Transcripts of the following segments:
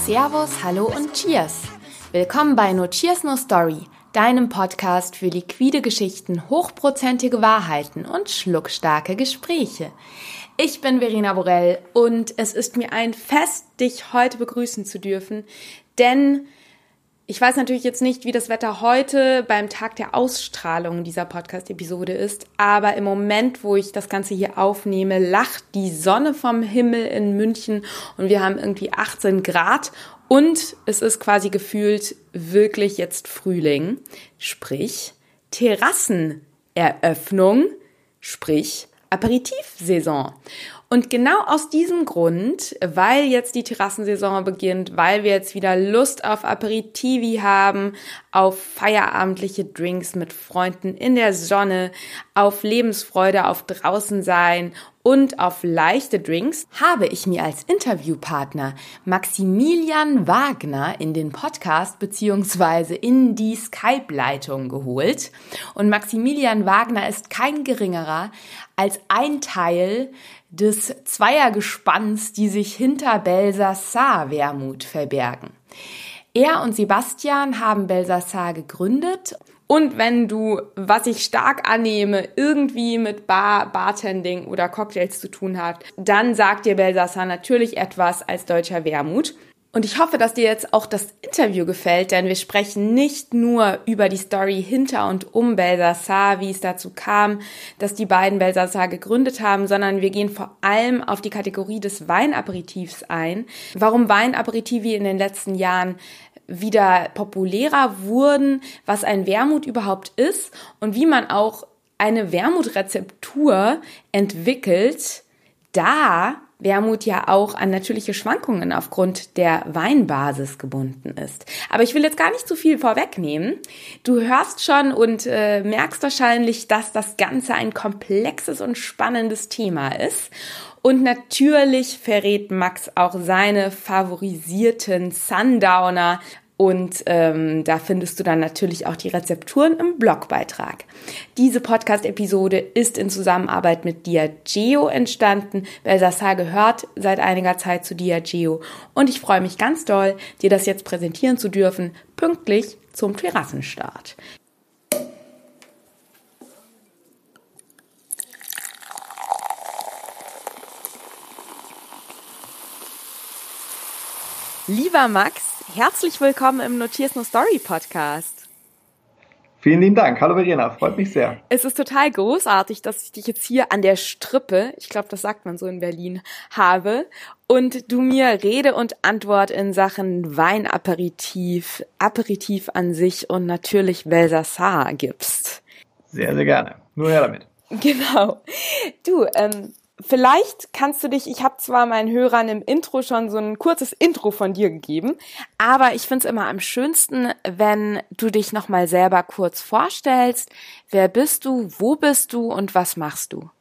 Servus, hallo und Cheers! Willkommen bei No Cheers, No Story, deinem Podcast für liquide Geschichten, hochprozentige Wahrheiten und schluckstarke Gespräche. Ich bin Verena Borell und es ist mir ein Fest, dich heute begrüßen zu dürfen, denn ich weiß natürlich jetzt nicht, wie das Wetter heute beim Tag der Ausstrahlung dieser Podcast-Episode ist, aber im Moment, wo ich das Ganze hier aufnehme, lacht die Sonne vom Himmel in München und wir haben irgendwie 18 Grad und es ist quasi gefühlt wirklich jetzt Frühling, sprich Terrasseneröffnung, sprich Aperitivsaison. Und genau aus diesem Grund, weil jetzt die Terrassensaison beginnt, weil wir jetzt wieder Lust auf Aperitivi haben, auf feierabendliche Drinks mit Freunden in der Sonne, auf Lebensfreude, auf draußen sein und auf leichte Drinks, habe ich mir als Interviewpartner Maximilian Wagner in den Podcast bzw. in die Skype-Leitung geholt. Und Maximilian Wagner ist kein geringerer als ein Teil des Zweiergespanns, die sich hinter Belsazar Wermut verbergen. Er und Sebastian haben Belsazar gegründet. Und wenn du, was ich stark annehme, irgendwie mit Bartending oder Cocktails zu tun hast, dann sagt dir Belsazar natürlich etwas als deutscher Wermut. Und ich hoffe, dass dir jetzt auch das Interview gefällt, denn wir sprechen nicht nur über die Story hinter und um Belsazar, wie es dazu kam, dass die beiden Belsazar gegründet haben, sondern wir gehen vor allem auf die Kategorie des Weinaperitivs ein, warum Weinaperitivi in den letzten Jahren wieder populärer wurden, was ein Wermut überhaupt ist und wie man auch eine Wermutrezeptur entwickelt, da Wermut ja auch an natürliche Schwankungen aufgrund der Weinbasis gebunden ist. Aber ich will jetzt gar nicht zu viel vorwegnehmen. Du hörst schon und merkst wahrscheinlich, dass das Ganze ein komplexes und spannendes Thema ist. Und natürlich verrät Max auch seine favorisierten Sundowner. Und da findest du dann natürlich auch die Rezepturen im Blogbeitrag. Diese Podcast-Episode ist in Zusammenarbeit mit Diageo entstanden. Belsazar gehört seit einiger Zeit zu Diageo. Und ich freue mich ganz doll, dir das jetzt präsentieren zu dürfen, pünktlich zum Terrassenstart. Lieber Max, herzlich willkommen im No Cheers, No Story Podcast. Vielen lieben Dank. Hallo Verena, freut mich sehr. Es ist total großartig, dass ich dich jetzt hier an der Strippe, ich glaube, das sagt man so in Berlin, habe und du mir Rede und Antwort in Sachen Weinaperitif, Aperitif an sich und natürlich Belsazar gibst. Sehr, sehr gerne. Nur her damit. Genau. Du, vielleicht kannst du dich, ich habe zwar meinen Hörern im Intro schon so ein kurzes Intro von dir gegeben, aber ich finde es immer am schönsten, wenn du dich nochmal selber kurz vorstellst. Wer bist du, wo bist du und was machst du?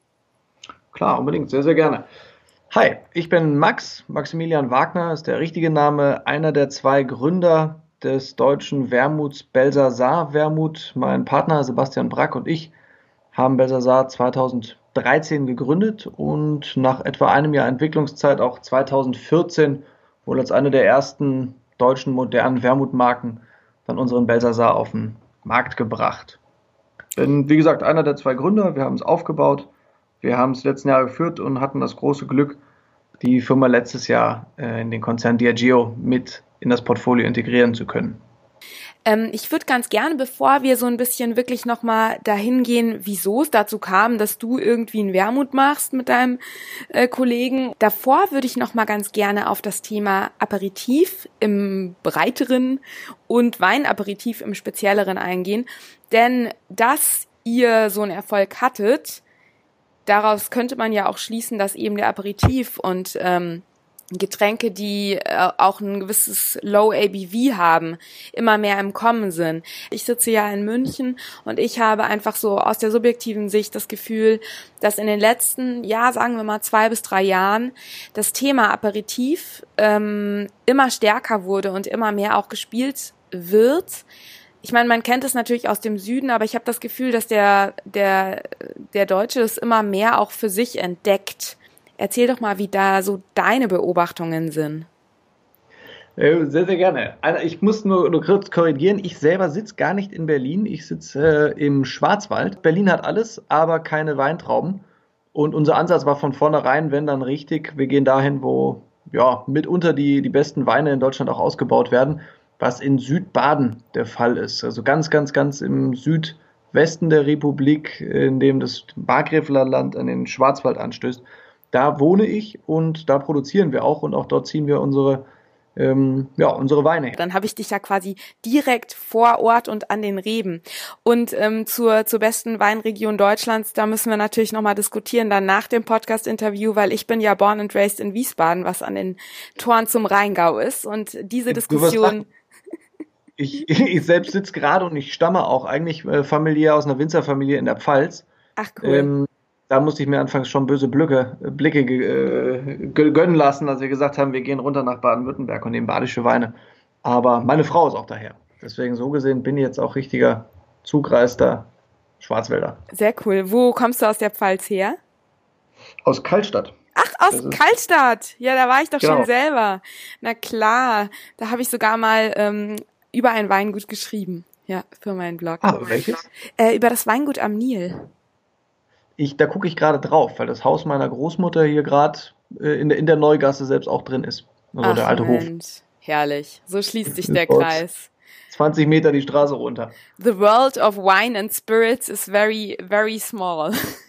Klar, unbedingt, sehr, sehr gerne. Hi, ich bin Maximilian Wagner ist der richtige Name, einer der zwei Gründer des deutschen Wermuts Belsazar Wermut. Mein Partner Sebastian Brack und ich haben Belsazar 2013 gegründet und nach etwa einem Jahr Entwicklungszeit auch 2014 wohl als eine der ersten deutschen modernen Wermutmarken dann unseren Belsazar auf den Markt gebracht. Bin, wie gesagt, einer der zwei Gründer. Wir haben es aufgebaut, wir haben es die letzten Jahre geführt und hatten das große Glück, die Firma letztes Jahr in den Konzern Diageo mit in das Portfolio integrieren zu können. Ich würde ganz gerne, bevor wir so ein bisschen wirklich nochmal dahin gehen, wieso es dazu kam, dass du irgendwie einen Wermut machst mit deinem Kollegen. Davor würde ich nochmal ganz gerne auf das Thema Aperitif im Breiteren und Weinaperitif im Spezielleren eingehen. Denn dass ihr so einen Erfolg hattet, daraus könnte man ja auch schließen, dass eben der Aperitif und Getränke, die auch ein gewisses Low ABV haben, immer mehr im Kommen sind. Ich sitze ja in München und ich habe einfach so aus der subjektiven Sicht das Gefühl, dass in den letzten, ja, sagen wir mal 2 bis 3 Jahren das Thema Aperitif immer stärker wurde und immer mehr auch gespielt wird. Ich meine, man kennt es natürlich aus dem Süden, aber ich habe das Gefühl, dass der Deutsche das immer mehr auch für sich entdeckt. Erzähl doch mal, wie da so deine Beobachtungen sind. Sehr, sehr gerne. Ich muss nur kurz korrigieren. Ich selber sitze gar nicht in Berlin. Ich sitze im Schwarzwald. Berlin hat alles, aber keine Weintrauben. Und unser Ansatz war von vornherein, wenn dann richtig, wir gehen dahin, wo ja mitunter die besten Weine in Deutschland auch ausgebaut werden, was in Südbaden der Fall ist. Also ganz, ganz, ganz im Südwesten der Republik, in dem das Markgräfler Land an den Schwarzwald anstößt. Da wohne ich und da produzieren wir auch und auch dort ziehen wir unsere Weine her. Dann habe ich dich ja quasi direkt vor Ort und an den Reben. Und zur besten Weinregion Deutschlands, da müssen wir natürlich nochmal diskutieren, dann nach dem Podcast-Interview, weil ich bin ja born and raised in Wiesbaden, was an den Toren zum Rheingau ist. Und diese Diskussion... Ich selbst sitze gerade und ich stamme auch eigentlich familiär aus einer Winzerfamilie in der Pfalz. Ach cool. Da musste ich mir anfangs schon böse Blicke gönnen lassen, als wir gesagt haben, wir gehen runter nach Baden-Württemberg und nehmen badische Weine. Aber meine Frau ist auch daher. Deswegen so gesehen bin ich jetzt auch richtiger zugreister Schwarzwälder. Sehr cool. Wo kommst du aus der Pfalz her? Aus Kaltstadt. Ach, aus Kaltstadt. Ja, da war ich doch genau. schon selber. Na klar, da habe ich sogar mal über ein Weingut geschrieben. Ja, für meinen Blog. Ah, welches? Über das Weingut am Nil. Da gucke ich gerade drauf, weil das Haus meiner Großmutter hier gerade in der Neugasse selbst auch drin ist. Also der alte Hof. Herrlich. So schließt sich der Kreis. 20 Meter die Straße runter. The world of wine and spirits is very, very small.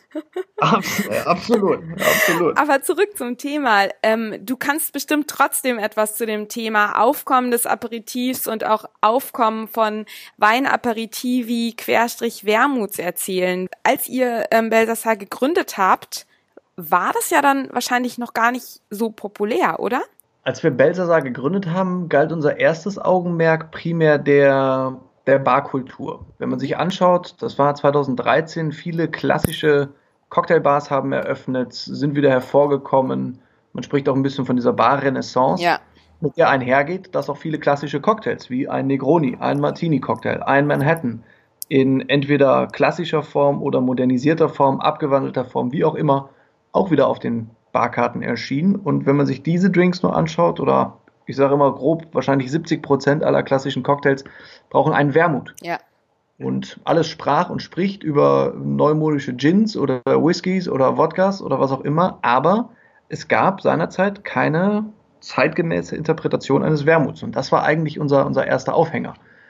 Absolut. Aber zurück zum Thema. Du kannst bestimmt trotzdem etwas zu dem Thema Aufkommen des Aperitifs und auch Aufkommen von Weinaperitivi / Wermuts erzählen. Als ihr Belsassar gegründet habt, war das ja dann wahrscheinlich noch gar nicht so populär, oder? Als wir Belsassar gegründet haben, galt unser erstes Augenmerk primär der Barkultur. Wenn man sich anschaut, das war 2013, viele klassische Cocktailbars haben eröffnet, sind wieder hervorgekommen. Man spricht auch ein bisschen von dieser Bar-Renaissance, mit der einhergeht, dass auch viele klassische Cocktails wie ein Negroni, ein Martini-Cocktail, ein Manhattan in entweder klassischer Form oder modernisierter Form, abgewandelter Form, wie auch immer, auch wieder auf den Barkarten erschienen. Und wenn man sich diese Drinks nur anschaut, oder ich sage immer grob, wahrscheinlich 70% aller klassischen Cocktails brauchen einen Wermut. Ja. Und alles sprach und spricht über neumodische Gins oder Whiskys oder Wodkas oder was auch immer, aber es gab seinerzeit keine zeitgemäße Interpretation eines Wermuts. Und das war eigentlich unser erster Aufhänger.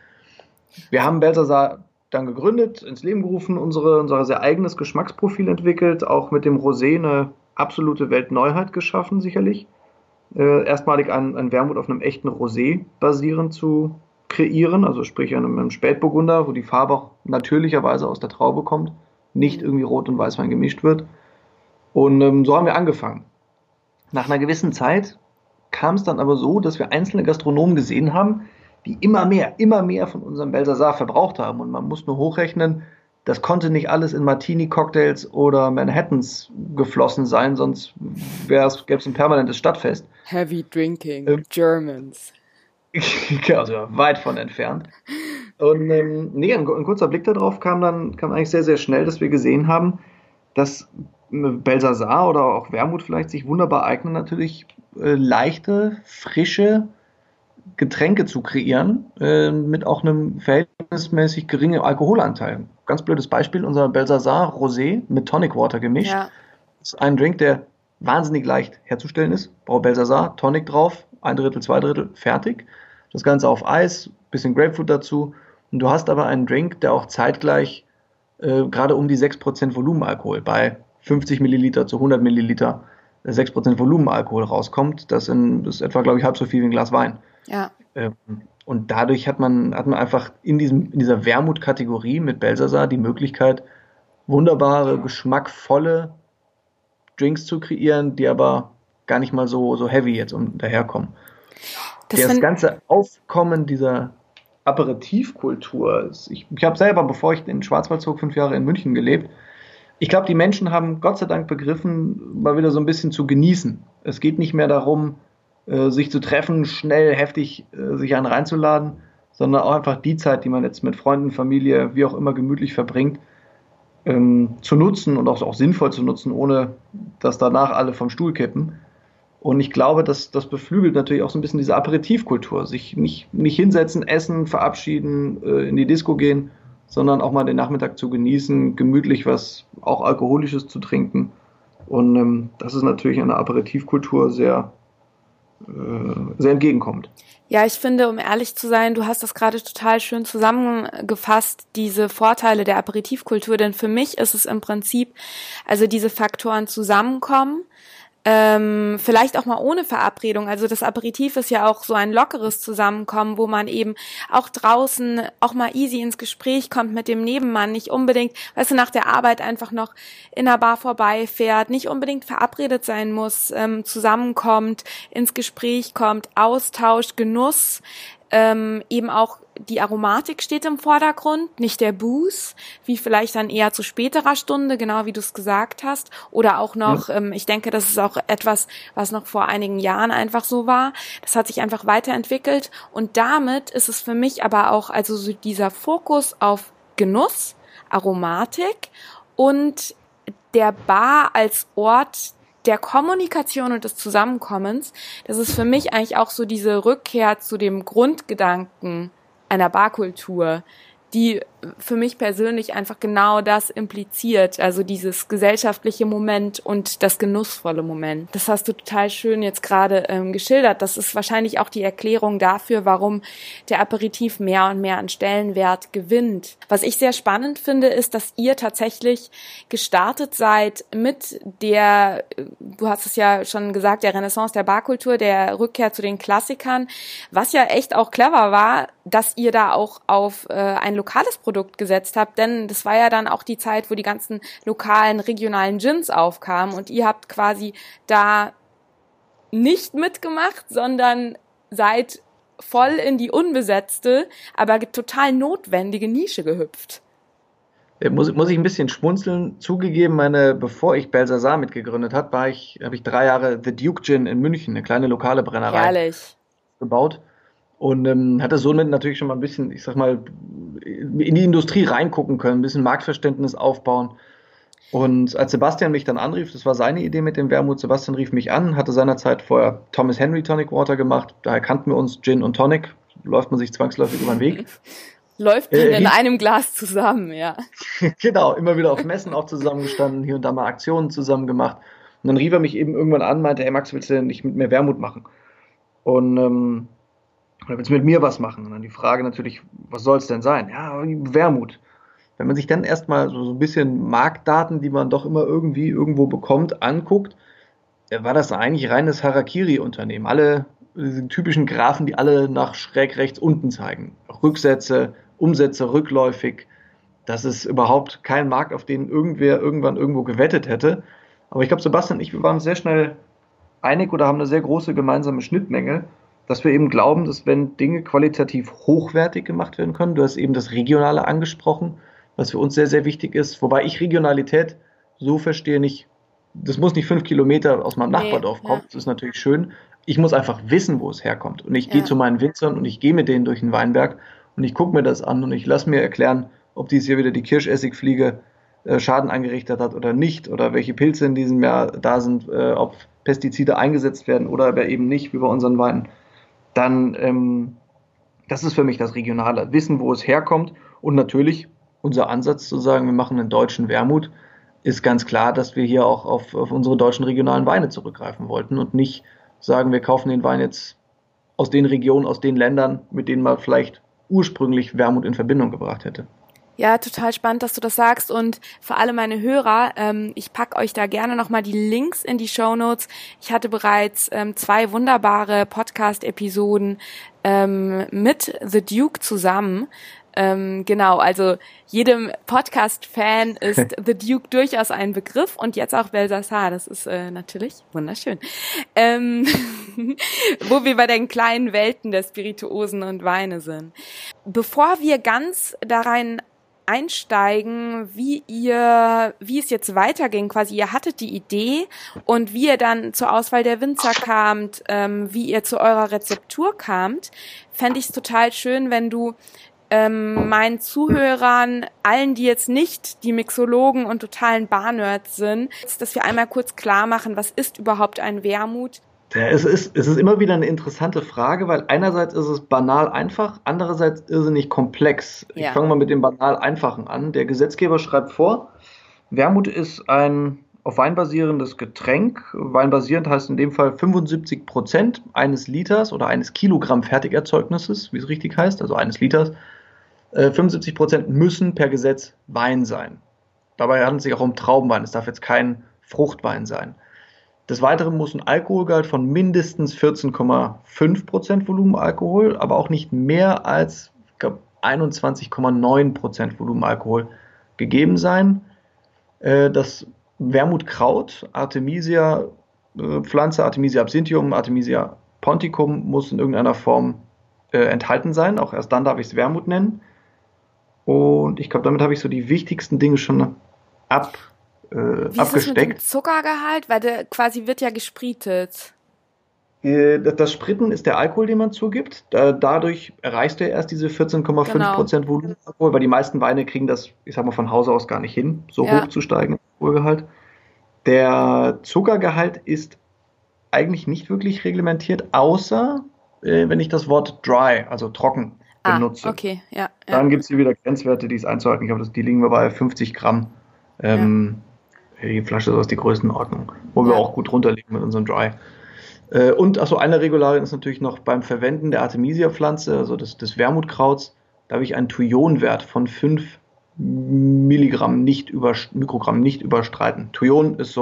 Wir haben Belsassar dann gegründet, ins Leben gerufen, unser sehr eigenes Geschmacksprofil entwickelt, auch mit dem Rosé eine absolute Weltneuheit geschaffen, sicherlich. Erstmalig ein Wermut auf einem echten Rosé basierend zu kreieren, also sprich einem Spätburgunder, wo die Farbe auch natürlicherweise aus der Traube kommt, nicht irgendwie Rot- und Weißwein gemischt wird. Und so haben wir angefangen. Nach einer gewissen Zeit kam es dann aber so, dass wir einzelne Gastronomen gesehen haben, die immer mehr von unserem Belsassar verbraucht haben. Und man muss nur hochrechnen, das konnte nicht alles in Martini-Cocktails oder Manhattans geflossen sein, sonst gäbe es ein permanentes Stadtfest. Heavy Drinking, Germans. Also weit von entfernt. Und ein kurzer Blick darauf kam eigentlich sehr, sehr schnell, dass wir gesehen haben, dass Belsassar oder auch Wermut vielleicht sich wunderbar eignen, natürlich leichte, frische Getränke zu kreieren, mit auch einem verhältnismäßig geringen Alkoholanteil. Ganz blödes Beispiel, unser Belsassar Rosé mit Tonic Water gemischt. Ja. Das ist ein Drink, der wahnsinnig leicht herzustellen ist. Brauche Belsassar, Tonic drauf, 1/3, 2/3, fertig. Das Ganze auf Eis, bisschen Grapefruit dazu. Und du hast aber einen Drink, der auch zeitgleich gerade um die 6% Volumenalkohol bei 50 Milliliter zu 100 Milliliter 6% Volumenalkohol rauskommt. Das ist etwa, glaube ich, halb so viel wie ein Glas Wein. Ja. Und dadurch hat man einfach in dieser Wermut-Kategorie mit Belsassar die Möglichkeit, wunderbare, geschmackvolle Drinks zu kreieren, die aber gar nicht mal so heavy jetzt daherkommen. Das ganze Aufkommen dieser Aperitivkultur, ich habe selber, bevor ich in den Schwarzwald zog, 5 Jahre in München gelebt. Ich glaube, die Menschen haben Gott sei Dank begriffen, mal wieder so ein bisschen zu genießen. Es geht nicht mehr darum, sich zu treffen, schnell, heftig sich einen reinzuladen, sondern auch einfach die Zeit, die man jetzt mit Freunden, Familie, wie auch immer gemütlich verbringt, zu nutzen und auch sinnvoll zu nutzen, ohne dass danach alle vom Stuhl kippen. Und ich glaube, das beflügelt natürlich auch so ein bisschen diese Aperitivkultur. Sich nicht hinsetzen, essen, verabschieden, in die Disco gehen, sondern auch mal den Nachmittag zu genießen, gemütlich was auch Alkoholisches zu trinken. Und das ist natürlich einer Aperitivkultur sehr entgegenkommt. Ja, ich finde, um ehrlich zu sein, du hast das gerade total schön zusammengefasst, diese Vorteile der Aperitivkultur, denn für mich ist es im Prinzip, also diese Faktoren zusammenkommen, vielleicht auch mal ohne Verabredung. Also das Aperitif ist ja auch so ein lockeres Zusammenkommen, wo man eben auch draußen auch mal easy ins Gespräch kommt mit dem Nebenmann, nicht unbedingt, weißt du, nach der Arbeit einfach noch in einer Bar vorbeifährt, nicht unbedingt verabredet sein muss, zusammenkommt, ins Gespräch kommt, Austausch, Genuss, eben auch die Aromatik steht im Vordergrund, nicht der Booze, wie vielleicht dann eher zu späterer Stunde, genau wie du es gesagt hast. Oder auch noch, ich denke, das ist auch etwas, was noch vor einigen Jahren einfach so war. Das hat sich einfach weiterentwickelt und damit ist es für mich aber auch, also so dieser Fokus auf Genuss, Aromatik und der Bar als Ort der Kommunikation und des Zusammenkommens, das ist für mich eigentlich auch so diese Rückkehr zu dem Grundgedanken einer Barkultur, die für mich persönlich einfach genau das impliziert, also dieses gesellschaftliche Moment und das genussvolle Moment. Das hast du total schön jetzt gerade geschildert. Das ist wahrscheinlich auch die Erklärung dafür, warum der Aperitif mehr und mehr an Stellenwert gewinnt. Was ich sehr spannend finde, ist, dass ihr tatsächlich gestartet seid mit der, du hast es ja schon gesagt, der Renaissance der Barkultur, der Rückkehr zu den Klassikern, was ja echt auch clever war, dass ihr da auch auf ein lokales Produkt gesetzt habt, denn das war ja dann auch die Zeit, wo die ganzen lokalen, regionalen Gins aufkamen und ihr habt quasi da nicht mitgemacht, sondern seid voll in die unbesetzte, aber total notwendige Nische gehüpft. Muss ich ein bisschen schmunzeln. Zugegeben, bevor ich Belsasar mitgegründet habe ich 3 Jahre The Duke Gin in München, eine kleine lokale Brennerei, Herrlich. gebaut. Und hatte somit natürlich schon mal ein bisschen, ich sag mal, in die Industrie reingucken können, ein bisschen Marktverständnis aufbauen. Und als Sebastian mich dann anrief, das war seine Idee mit dem Wermut, Sebastian rief mich an, hatte seinerzeit vorher Thomas Henry Tonic Water gemacht, daher kannten wir uns Gin und Tonic, läuft man sich zwangsläufig über den Weg. Läuft man in einem Glas zusammen, ja. Genau, immer wieder auf Messen auch zusammengestanden, hier und da mal Aktionen zusammen gemacht. Und dann rief er mich eben irgendwann an, meinte, ey Max, willst du denn nicht mit mir Wermut machen? Und oder willst du mit mir was machen? Und dann die Frage natürlich, was soll es denn sein? Ja, Wermut. Wenn man sich dann erstmal so ein bisschen Marktdaten, die man doch immer irgendwie irgendwo bekommt, anguckt, war das eigentlich reines Harakiri-Unternehmen. Alle diese typischen Graphen, die alle nach schräg rechts unten zeigen. Rücksätze, Umsätze rückläufig. Das ist überhaupt kein Markt, auf den irgendwer irgendwann irgendwo gewettet hätte. Aber ich glaube, Sebastian und ich, wir waren sehr schnell einig oder haben eine sehr große gemeinsame Schnittmenge, dass wir eben glauben, dass wenn Dinge qualitativ hochwertig gemacht werden können, du hast eben das Regionale angesprochen, was für uns sehr, sehr wichtig ist, wobei ich Regionalität so verstehe nicht, das muss nicht 5 Kilometer aus meinem Nachbardorf kommen, das ist natürlich schön, ich muss einfach wissen, wo es herkommt und ich gehe zu meinen Winzern und ich gehe mit denen durch den Weinberg und ich gucke mir das an und ich lasse mir erklären, ob dies hier wieder die Kirschessigfliege Schaden angerichtet hat oder nicht oder welche Pilze in diesem Jahr da sind, ob Pestizide eingesetzt werden oder aber eben nicht, wie bei unseren Weinen. Dann, das ist für mich das Regionale. Wissen, wo es herkommt und natürlich unser Ansatz zu sagen, wir machen einen deutschen Wermut, ist ganz klar, dass wir hier auch auf unsere deutschen regionalen Weine zurückgreifen wollten und nicht sagen, wir kaufen den Wein jetzt aus den Regionen, aus den Ländern, mit denen man vielleicht ursprünglich Wermut in Verbindung gebracht hätte. Ja, total spannend, dass du das sagst und für alle meine Hörer, ich pack euch da gerne nochmal die Links in die Shownotes. Ich hatte bereits 2 wunderbare Podcast-Episoden mit The Duke zusammen. Genau, also jedem Podcast-Fan ist The Duke durchaus ein Begriff und jetzt auch Belsasar, das ist natürlich wunderschön. Wo wir bei den kleinen Welten der Spirituosen und Weine sind. Bevor wir ganz da rein einsteigen, wie es jetzt weiterging, quasi ihr hattet die Idee und wie ihr dann zur Auswahl der Winzer kamt, wie ihr zu eurer Rezeptur kamt, fände ich es total schön, wenn du meinen Zuhörern, allen, die jetzt nicht die Mixologen und totalen Bar-Nerds sind, dass wir einmal kurz klar machen, was ist überhaupt ein Wermut Es ist immer wieder eine interessante Frage, weil einerseits ist es banal einfach, andererseits irrsinnig komplex. Ich Ja. fange mal mit dem banal Einfachen an. Der Gesetzgeber schreibt vor, Wermut ist ein auf Wein basierendes Getränk. Wein basierend heißt in dem Fall 75% eines Liters oder eines Kilogramm Fertigerzeugnisses, wie es richtig heißt, also eines Liters. 75% müssen per Gesetz Wein sein. Dabei handelt es sich auch um Traubenwein. Es darf jetzt kein Fruchtwein sein. Des Weiteren muss ein Alkoholgehalt von mindestens 14,5% Volumenalkohol, aber auch nicht mehr als, ich glaube, 21,9% Volumenalkohol gegeben sein. Das Wermutkraut, Artemisia Pflanze, Artemisia absinthium, Artemisia ponticum muss in irgendeiner Form enthalten sein. Auch erst dann darf ich es Wermut nennen. Und ich glaube, damit habe ich so die wichtigsten Dinge schon Wie ist es mit dem abgesteckt. Zuckergehalt? Weil der quasi wird ja gesprietet. Das Spritten ist der Alkohol, den man zugibt. Dadurch erreichst du ja erst diese Genau. 14,5% Volumenalkohol, weil die meisten Weine kriegen das, ich sag mal, von Hause aus gar nicht hin, so Ja. hoch zu steigen im Alkoholgehalt. Der Zuckergehalt ist eigentlich nicht wirklich reglementiert, außer wenn ich das Wort dry, also trocken, benutze. Okay, ja. Dann gibt es hier wieder Grenzwerte, die es einzuhalten. Ich glaube, die liegen wir bei 50 Gramm. Die Flasche ist aus die Größenordnung, wo wir Ja. auch gut runterliegen mit unserem Dry. Und achso, eine Regularien ist natürlich noch beim Verwenden der Artemisia-Pflanze, also des Wermutkrauts, da habe ich einen Thujonwert von 5 Mikrogramm nicht überstreiten. Thujon ist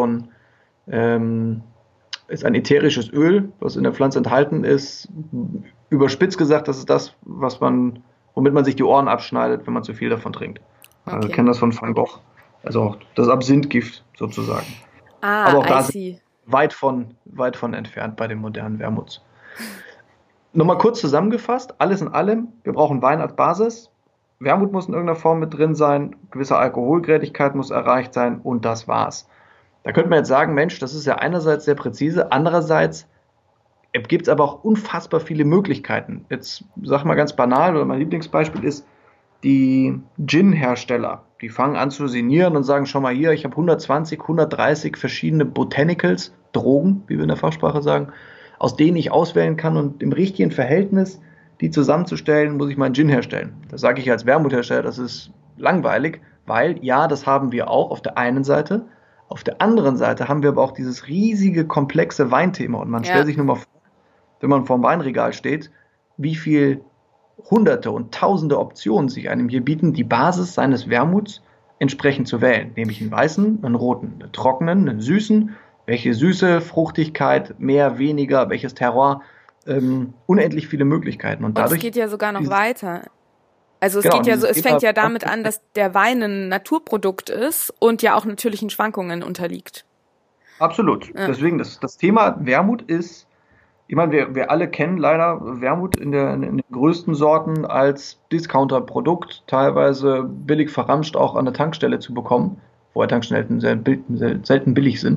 ist ein ätherisches Öl, was in der Pflanze enthalten ist. Überspitzt gesagt, das ist das, womit man sich die Ohren abschneidet, wenn man zu viel davon trinkt. Also, Okay. kennen das von Van Gogh. Also das Absinthgift sozusagen. Aber auch I da sind see. weit von entfernt bei den modernen Wermuts. Nochmal kurz zusammengefasst, alles in allem, wir brauchen Wein als Basis, Wermut muss in irgendeiner Form mit drin sein, gewisse Alkoholgrädigkeit muss erreicht sein und das war's. Da könnte man jetzt sagen, Mensch, das ist ja einerseits sehr präzise, andererseits gibt es aber auch unfassbar viele Möglichkeiten. Jetzt sag mal ganz banal, oder mein Lieblingsbeispiel ist, die Gin-Hersteller, die fangen an zu sinnieren und sagen, schau mal hier, ich habe 120, 130 verschiedene Botanicals, Drogen, wie wir in der Fachsprache sagen, aus denen ich auswählen kann und im richtigen Verhältnis die zusammenzustellen, muss ich meinen Gin herstellen. Das sage ich als Wermuthersteller, das ist langweilig, weil ja, das haben wir auch auf der einen Seite, auf der anderen Seite haben wir aber auch dieses riesige, komplexe Weinthema und man stellt sich nur mal vor, wenn man vor dem Weinregal steht, wie viel Hunderte und Tausende Optionen sich einem hier bieten, die Basis seines Wermuts entsprechend zu wählen. Nämlich einen weißen, einen roten, einen trockenen, einen süßen, welche Süße, Fruchtigkeit, mehr, weniger, welches Terroir, unendlich viele Möglichkeiten. Und es dadurch geht ja sogar noch dieses- weiter. Also es Genau, geht ja so, dieses es fängt ja Thema- damit an, dass der Wein ein Naturprodukt ist und ja auch natürlichen Schwankungen unterliegt. Absolut. Ja. Deswegen, das Thema Wermut ist, ich meine, wir alle kennen leider Wermut in den größten Sorten als Discounter-Produkt, teilweise billig verramscht auch an der Tankstelle zu bekommen, wobei Tankstellen selten billig sind.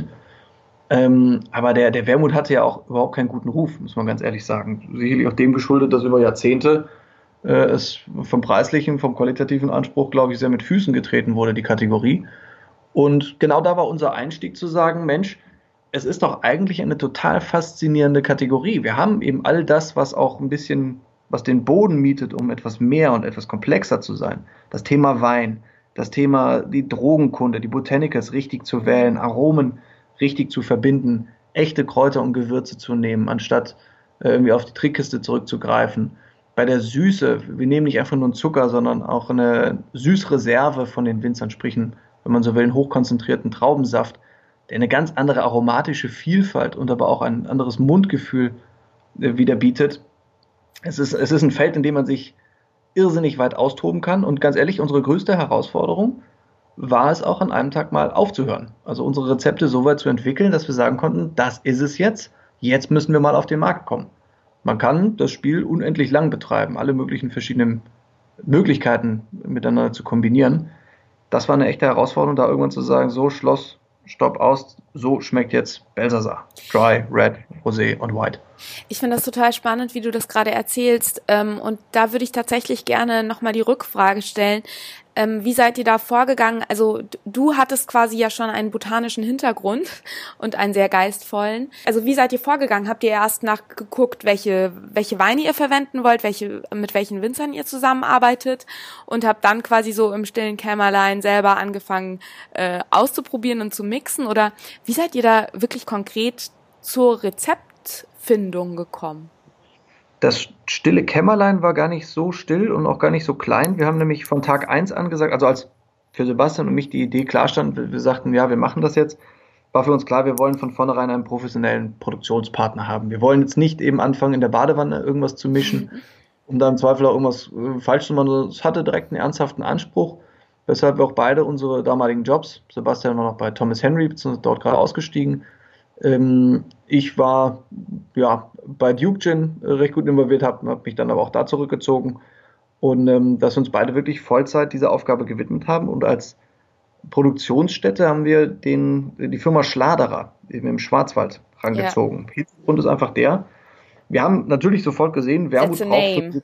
Aber der Wermut hatte ja auch überhaupt keinen guten Ruf, muss man ganz ehrlich sagen. Sicherlich auch dem geschuldet, dass über Jahrzehnte es vom preislichen, vom qualitativen Anspruch, glaube ich, sehr mit Füßen getreten wurde, die Kategorie. Und genau da war unser Einstieg zu sagen, Mensch, es ist doch eigentlich eine total faszinierende Kategorie. Wir haben eben all das, was auch ein bisschen, was den Boden mietet, um etwas mehr und etwas komplexer zu sein. Das Thema Wein, das Thema die Drogenkunde, die Botanicals richtig zu wählen, Aromen richtig zu verbinden, echte Kräuter und Gewürze zu nehmen, anstatt irgendwie auf die Trickkiste zurückzugreifen. Bei der Süße, wir nehmen nicht einfach nur einen Zucker, sondern auch eine Süßreserve von den Winzern, sprich, wenn man so will, einen hochkonzentrierten Traubensaft, der eine ganz andere aromatische Vielfalt und aber auch ein anderes Mundgefühl wieder bietet. Es ist ein Feld, in dem man sich irrsinnig weit austoben kann. Und ganz ehrlich, unsere größte Herausforderung war es auch an einem Tag mal aufzuhören. Also unsere Rezepte so weit zu entwickeln, dass wir sagen konnten, das ist es jetzt. Jetzt müssen wir mal auf den Markt kommen. Man kann das Spiel unendlich lang betreiben, alle möglichen verschiedenen Möglichkeiten miteinander zu kombinieren. Das war eine echte Herausforderung, da irgendwann zu sagen, so Schloss, Stopp, aus, so schmeckt jetzt Belsasar. Dry, Red, Rosé und White. Ich finde das total spannend, wie du das gerade erzählst. Und da würde ich tatsächlich gerne nochmal die Rückfrage stellen. Wie seid ihr da vorgegangen? Also du hattest quasi ja schon einen botanischen Hintergrund und einen sehr geistvollen. Also wie seid ihr vorgegangen? Habt ihr erst nachgeguckt, welche Weine ihr verwenden wollt, mit welchen Winzern ihr zusammenarbeitet und habt dann quasi so im stillen Kämmerlein selber angefangen auszuprobieren und zu mixen? Oder wie seid ihr da wirklich konkret zur Rezeptfindung gekommen? Das stille Kämmerlein war gar nicht so still und auch gar nicht so klein. Wir haben nämlich von Tag eins an gesagt, also als für Sebastian und mich die Idee klar stand, wir sagten, ja, wir machen das jetzt, war für uns klar, wir wollen von vornherein einen professionellen Produktionspartner haben. Wir wollen jetzt nicht eben anfangen, in der Badewanne irgendwas zu mischen, um da im Zweifel auch irgendwas falsch zu machen. Es hatte direkt einen ernsthaften Anspruch, weshalb wir auch beide unsere damaligen Jobs, Sebastian war noch bei Thomas Henry, beziehungsweise dort gerade ausgestiegen. Ich war ja bei Duke Gin recht gut involviert, habe mich dann aber auch da zurückgezogen und dass wir uns beide wirklich Vollzeit dieser Aufgabe gewidmet haben. Und als Produktionsstätte haben wir die Firma Schladerer eben im Schwarzwald rangezogen. Ja. Hintergrund ist einfach der, wir haben natürlich sofort gesehen, Wermut braucht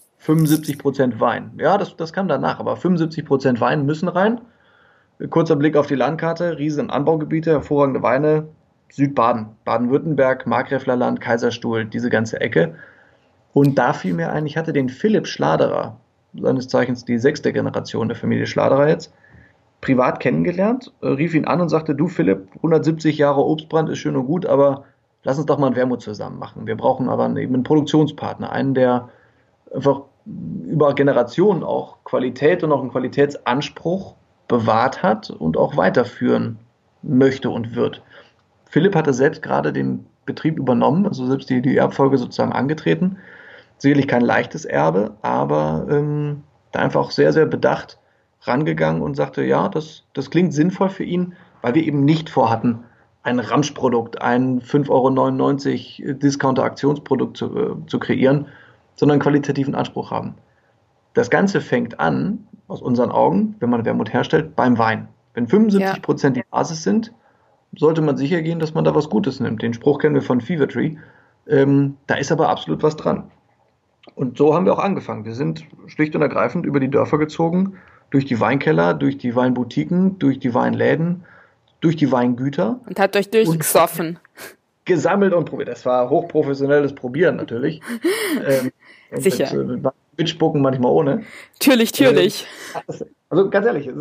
75% Wein. Ja, das kam danach, aber 75% Wein müssen rein. Kurzer Blick auf die Landkarte, riesen Anbaugebiete, hervorragende Weine, Südbaden, Baden-Württemberg, Markgräflerland, Kaiserstuhl, diese ganze Ecke. Und da fiel mir ein, ich hatte den Philipp Schladerer, seines Zeichens die 6. Generation der Familie Schladerer jetzt, privat kennengelernt, rief ihn an und sagte, du Philipp, 170 Jahre Obstbrand ist schön und gut, aber lass uns doch mal ein Wermut zusammen machen. Wir brauchen aber eben einen Produktionspartner, einen, der einfach über Generationen auch Qualität und auch einen Qualitätsanspruch bewahrt hat und auch weiterführen möchte und wird. Philipp hatte selbst gerade den Betrieb übernommen, also selbst die Erbfolge sozusagen angetreten. Sicherlich kein leichtes Erbe, aber da einfach sehr, sehr bedacht rangegangen und sagte, ja, das klingt sinnvoll für ihn, weil wir eben nicht vorhatten, ein Ramschprodukt, ein 5,99 € Discounter-Aktionsprodukt zu kreieren, sondern einen qualitativen Anspruch haben. Das Ganze fängt an, aus unseren Augen, wenn man Wermut herstellt, beim Wein. Wenn 75% die Basis sind, sollte man sicher gehen, dass man da was Gutes nimmt. Den Spruch kennen wir von Fever Tree. Da ist aber absolut was dran. Und so haben wir auch angefangen. Wir sind schlicht und ergreifend über die Dörfer gezogen, durch die Weinkeller, durch die Weinboutiquen, durch die Weinläden, durch die Weingüter. Und hat euch durchgesoffen. Gesammelt und probiert. Das war hochprofessionelles Probieren natürlich. Sicher. Mit Mitspucken, manchmal ohne. Natürlich. Also ganz ehrlich,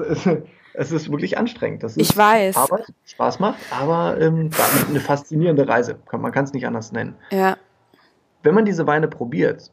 es ist wirklich anstrengend. Das ist ich weiß. Arbeit, Spaß macht, aber eine faszinierende Reise. Man kann es nicht anders nennen. Ja. Wenn man diese Weine probiert,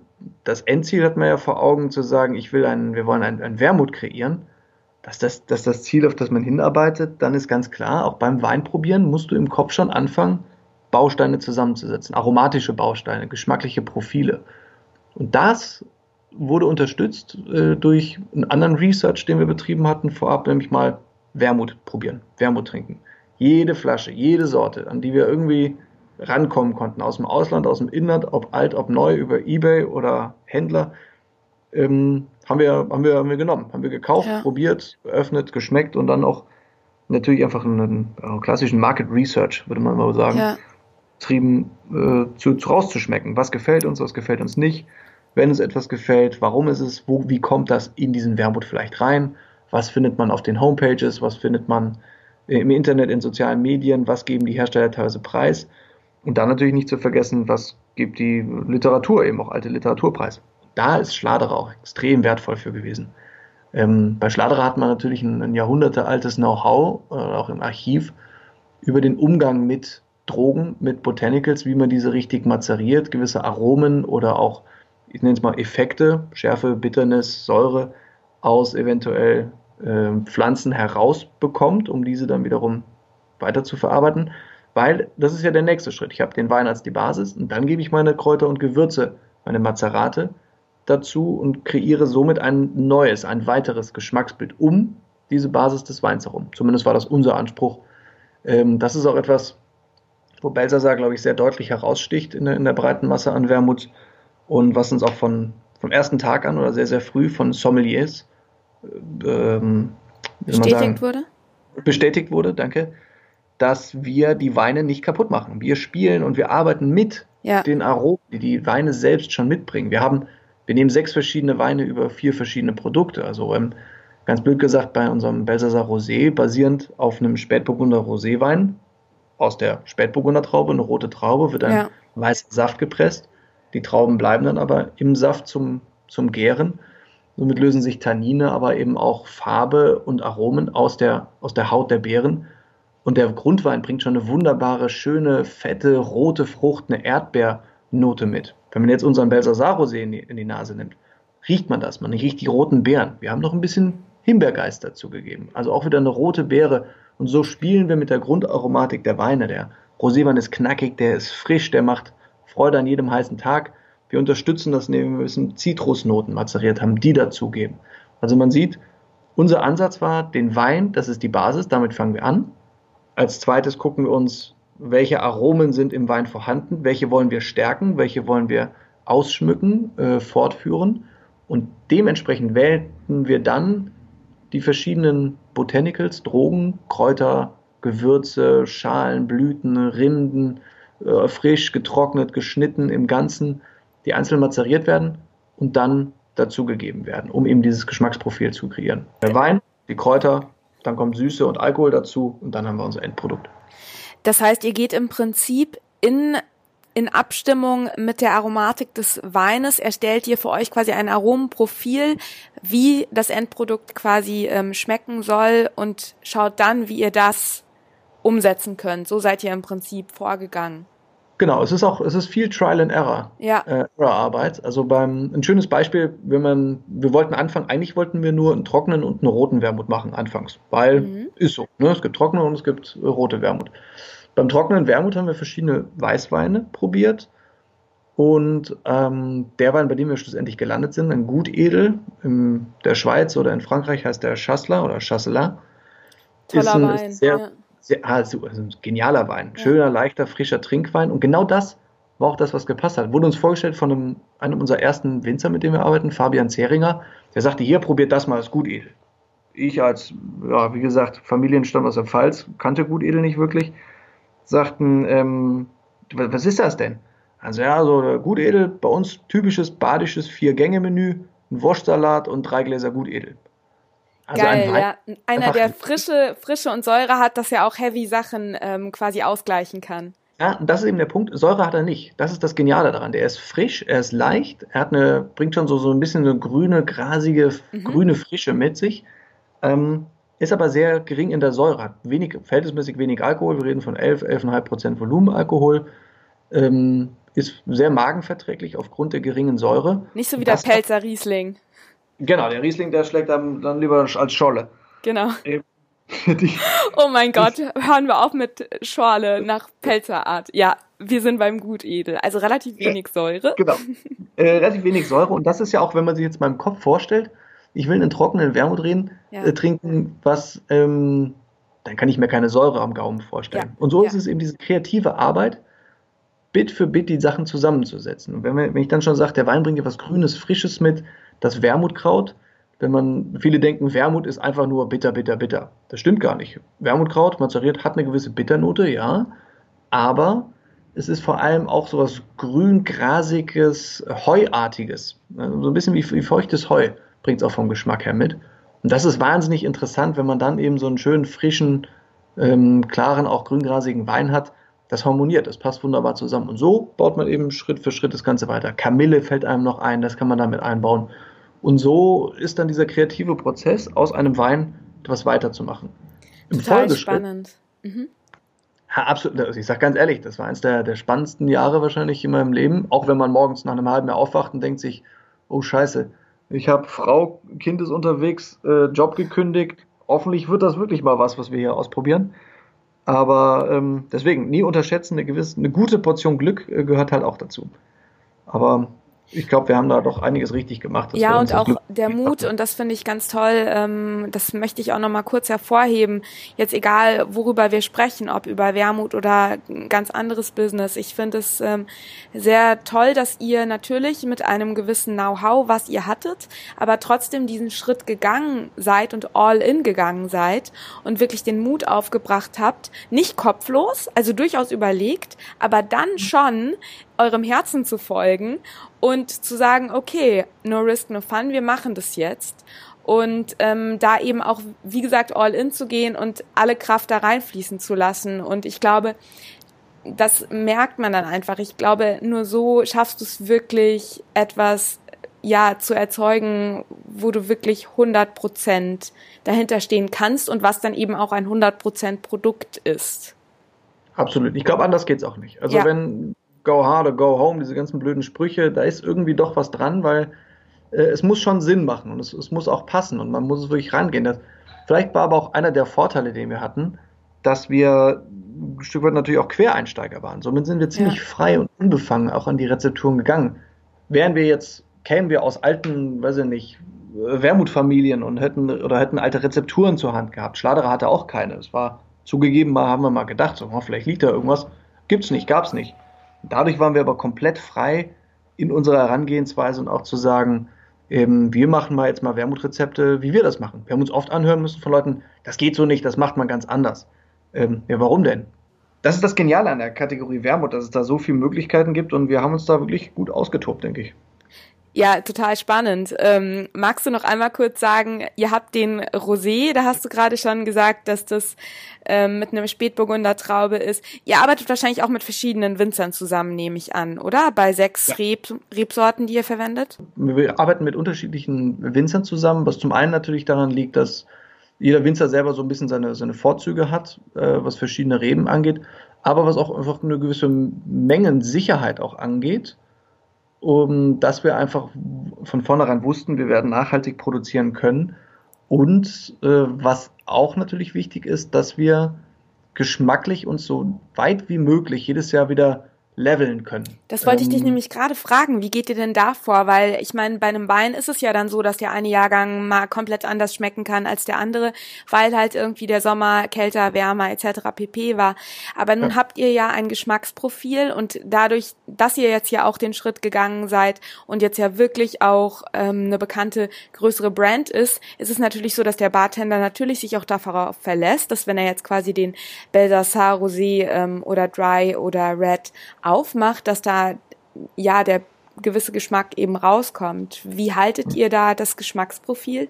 das Endziel hat man ja vor Augen zu sagen, wir wollen ein Wermut kreieren, dass das Ziel, auf das man hinarbeitet, dann ist ganz klar, auch beim Weinprobieren musst du im Kopf schon anfangen, Bausteine zusammenzusetzen, aromatische Bausteine, geschmackliche Profile. Und das wurde unterstützt durch einen anderen Research, den wir betrieben hatten vorab, nämlich mal Wermut probieren, Wermut trinken. Jede Flasche, jede Sorte, an die wir irgendwie rankommen konnten, aus dem Ausland, aus dem Inland, ob alt, ob neu, über eBay oder Händler, haben wir genommen, haben wir gekauft, probiert, geöffnet, geschmeckt und dann auch natürlich einfach einen klassischen Market Research, würde man mal sagen, betrieben, rauszuschmecken. Was gefällt uns nicht. Wenn es etwas gefällt, warum ist es, wie kommt das in diesen Wermut vielleicht rein? Was findet man auf den Homepages? Was findet man im Internet, in sozialen Medien? Was geben die Hersteller teilweise preis? Und dann natürlich nicht zu vergessen, was gibt die Literatur, eben auch alte Literaturpreis. Da ist Schladerer auch extrem wertvoll für gewesen. Bei Schladerer hat man natürlich ein jahrhundertealtes Know-how, auch im Archiv, über den Umgang mit Drogen, mit Botanicals, wie man diese richtig mazeriert, gewisse Aromen oder auch, ich nenne es mal Effekte, Schärfe, Bitternis, Säure aus eventuell Pflanzen herausbekommt, um diese dann wiederum weiter zu verarbeiten. Weil das ist ja der nächste Schritt. Ich habe den Wein als die Basis und dann gebe ich meine Kräuter und Gewürze, meine Mazerate dazu und kreiere somit ein neues, ein weiteres Geschmacksbild um diese Basis des Weins herum. Zumindest war das unser Anspruch. Das ist auch etwas, wo Belsazar, glaube ich, sehr deutlich heraussticht in der breiten Masse an Wermut und was uns auch vom ersten Tag an oder sehr, sehr früh von Sommeliers bestätigt wurde, danke, dass wir die Weine nicht kaputt machen. Wir spielen und wir arbeiten mit den Aromen, die die Weine selbst schon mitbringen. Wir nehmen 6 verschiedene Weine über 4 verschiedene Produkte. Also ganz blöd gesagt, bei unserem Belsasar Rosé basierend auf einem Spätburgunder Roséwein aus der Spätburgunder Traube, eine rote Traube, wird ein weißer Saft gepresst. Die Trauben bleiben dann aber im Saft zum Gären. Somit lösen sich Tannine, aber eben auch Farbe und Aromen aus der Haut der Beeren. Und der Grundwein bringt schon eine wunderbare, schöne, fette, rote Frucht, eine Erdbeernote mit. Wenn man jetzt unseren Belsasar Rosé in die Nase nimmt, riecht man das. Man riecht die roten Beeren. Wir haben noch ein bisschen Himbeergeist dazu gegeben. Also auch wieder eine rote Beere. Und so spielen wir mit der Grundaromatik der Weine. Der Roséwein ist knackig, der ist frisch, der macht Freude an jedem heißen Tag. Wir unterstützen das, indem wir ein bisschen Zitrusnoten mazeriert haben, die dazugeben. Also man sieht, unser Ansatz war, den Wein, das ist die Basis, damit fangen wir an. Als zweites gucken wir uns, welche Aromen sind im Wein vorhanden, welche wollen wir stärken, welche wollen wir ausschmücken, fortführen. Und dementsprechend wählten wir dann die verschiedenen Botanicals, Drogen, Kräuter, Gewürze, Schalen, Blüten, Rinden, frisch, getrocknet, geschnitten im Ganzen, die einzeln mazeriert werden und dann dazugegeben werden, um eben dieses Geschmacksprofil zu kreieren. Der Wein, die Kräuter, dann kommt Süße und Alkohol dazu und dann haben wir unser Endprodukt. Das heißt, ihr geht im Prinzip in Abstimmung mit der Aromatik des Weines, erstellt ihr für euch quasi ein Aromenprofil, wie das Endprodukt quasi schmecken soll und schaut dann, wie ihr das umsetzen könnt. So seid ihr im Prinzip vorgegangen. Genau, es ist viel Trial and Error, Arbeit. Also ein schönes Beispiel, wir wollten anfangen, eigentlich wollten wir nur einen trockenen und einen roten Wermut machen anfangs, weil ist so, ne? Es gibt trockene und es gibt rote Wermut. Beim trockenen Wermut haben wir verschiedene Weißweine probiert und der Wein, bei dem wir schlussendlich gelandet sind, ein Gutedel in der Schweiz oder in Frankreich heißt der Chasselas oder Chasselas. Toller Wein, also ein genialer Wein, schöner, leichter, frischer Trinkwein und genau das war auch das, was gepasst hat. Wurde uns vorgestellt von einem unserer ersten Winzer, mit dem wir arbeiten, Fabian Zehringer, der sagte, hier, probiert das mal, das Gutedel. Ich als, wie gesagt, Familienstamm aus der Pfalz, kannte Gutedel nicht wirklich, sagten, was ist das denn? Also so Gutedel, bei uns typisches badisches 4-Gänge-Menü, ein Wurstsalat und 3 Gläser Gutedel. Also geil, Einer, der Frische und Säure hat, dass er auch heavy Sachen quasi ausgleichen kann. Ja, und das ist eben der Punkt. Säure hat er nicht. Das ist das Geniale daran. Der ist frisch, er ist leicht, bringt schon so ein bisschen eine grüne, grasige, grüne Frische mit sich. Ist aber sehr gering in der Säure, hat verhältnismäßig wenig Alkohol. Wir reden von 11,5% Volumenalkohol. Ist sehr magenverträglich aufgrund der geringen Säure. Nicht so wie der Pelzer Riesling. Genau, der Riesling, der schlägt dann lieber als Scholle. Genau. Oh mein Gott, hören wir auf mit Schorle nach Pelzerart. Ja, wir sind beim Gutedel. Also relativ wenig Säure. Genau, relativ wenig Säure. Und das ist ja auch, wenn man sich jetzt mal im Kopf vorstellt, ich will einen trockenen Wermut trinken, dann kann ich mir keine Säure am Gaumen vorstellen. Und so ist es eben diese kreative Arbeit, Bit für Bit die Sachen zusammenzusetzen. Und wenn ich dann schon sage, der Wein bringt etwas Grünes, Frisches mit, das Wermutkraut, viele denken, Wermut ist einfach nur bitter, bitter, bitter. Das stimmt gar nicht. Wermutkraut, mazeriert, hat eine gewisse Bitternote, ja, aber es ist vor allem auch so was grün-grasiges, heuartiges. So ein bisschen wie feuchtes Heu bringt es auch vom Geschmack her mit. Und das ist wahnsinnig interessant, wenn man dann eben so einen schönen, frischen, klaren, auch grüngrasigen Wein hat. Das harmoniert, das passt wunderbar zusammen. Und so baut man eben Schritt für Schritt das Ganze weiter. Kamille fällt einem noch ein, das kann man damit einbauen. Und so ist dann dieser kreative Prozess, aus einem Wein etwas weiterzumachen. Total spannend. Ja, absolut. Also ich sage ganz ehrlich, das war eines der spannendsten Jahre wahrscheinlich in meinem Leben. Auch wenn man morgens nach einem halben Jahr aufwacht und denkt sich, oh Scheiße, ich habe Frau, Kind ist unterwegs, Job gekündigt. Hoffentlich wird das wirklich mal was wir hier ausprobieren. Aber deswegen, nie unterschätzen, eine gute Portion Glück gehört halt auch dazu. Aber ich glaube, wir haben da doch einiges richtig gemacht. Ja, und auch der Mut, und das finde ich ganz toll, das möchte ich auch nochmal kurz hervorheben, jetzt egal, worüber wir sprechen, ob über Wermut oder ein ganz anderes Business. Ich finde es sehr toll, dass ihr natürlich mit einem gewissen Know-how, was ihr hattet, aber trotzdem diesen Schritt gegangen seid und all in gegangen seid und wirklich den Mut aufgebracht habt, nicht kopflos, also durchaus überlegt, aber dann schon eurem Herzen zu folgen und zu sagen, okay, no risk, no fun, wir machen das jetzt. Und da eben auch, wie gesagt, all in zu gehen und alle Kraft da reinfließen zu lassen. Und ich glaube, das merkt man dann einfach. Ich glaube, nur so schaffst du es wirklich, etwas zu erzeugen, wo du wirklich 100% dahinter stehen kannst und was dann eben auch ein 100% Produkt ist. Absolut. Ich glaube, anders geht's auch nicht. Also wenn go hard or go home, diese ganzen blöden Sprüche, da ist irgendwie doch was dran, weil es muss schon Sinn machen und es muss auch passen und man muss es wirklich rangehen. Vielleicht war aber auch einer der Vorteile, den wir hatten, dass wir ein Stück weit natürlich auch Quereinsteiger waren. Somit sind wir ziemlich frei und unbefangen auch an die Rezepturen gegangen. Kämen wir aus alten, weiß ich nicht, Wermutfamilien und hätten alte Rezepturen zur Hand gehabt. Schladerer hatte auch keine. Es war zugegeben, haben wir mal gedacht, so, vielleicht liegt da irgendwas. Gibt's nicht, gab's nicht. Dadurch waren wir aber komplett frei in unserer Herangehensweise und auch zu sagen, wir machen mal jetzt mal Wermutrezepte, wie wir das machen. Wir haben uns oft anhören müssen von Leuten, das geht so nicht, das macht man ganz anders. Warum denn? Das ist das Geniale an der Kategorie Wermut, dass es da so viele Möglichkeiten gibt und wir haben uns da wirklich gut ausgetobt, denke ich. Ja, total spannend. Magst du noch einmal kurz sagen, ihr habt den Rosé, da hast du gerade schon gesagt, dass das mit einem Spätburgunder Traube ist. Ihr arbeitet wahrscheinlich auch mit verschiedenen Winzern zusammen, nehme ich an, oder? Bei 6 Rebsorten, die ihr verwendet? Wir arbeiten mit unterschiedlichen Winzern zusammen, was zum einen natürlich daran liegt, dass jeder Winzer selber so ein bisschen seine Vorzüge hat, was verschiedene Reben angeht, aber was auch einfach eine gewisse Mengensicherheit auch angeht, dass wir einfach von vornherein wussten, wir werden nachhaltig produzieren können. Und was auch natürlich wichtig ist, dass wir geschmacklich uns so weit wie möglich jedes Jahr wieder leveln können. Das wollte ich dich nämlich gerade fragen. Wie geht ihr denn da vor? Weil ich meine, bei einem Wein ist es ja dann so, dass der eine Jahrgang mal komplett anders schmecken kann als der andere, weil halt irgendwie der Sommer kälter, wärmer etc. pp. War. Aber nun habt ihr ja ein Geschmacksprofil und dadurch, dass ihr jetzt ja auch den Schritt gegangen seid und jetzt ja wirklich auch eine bekannte, größere Brand ist es natürlich so, dass der Bartender natürlich sich auch darauf verlässt, dass wenn er jetzt quasi den Belsasar Rosé oder Dry oder Red aufmacht, dass da der gewisse Geschmack eben rauskommt. Wie haltet ihr da das Geschmacksprofil?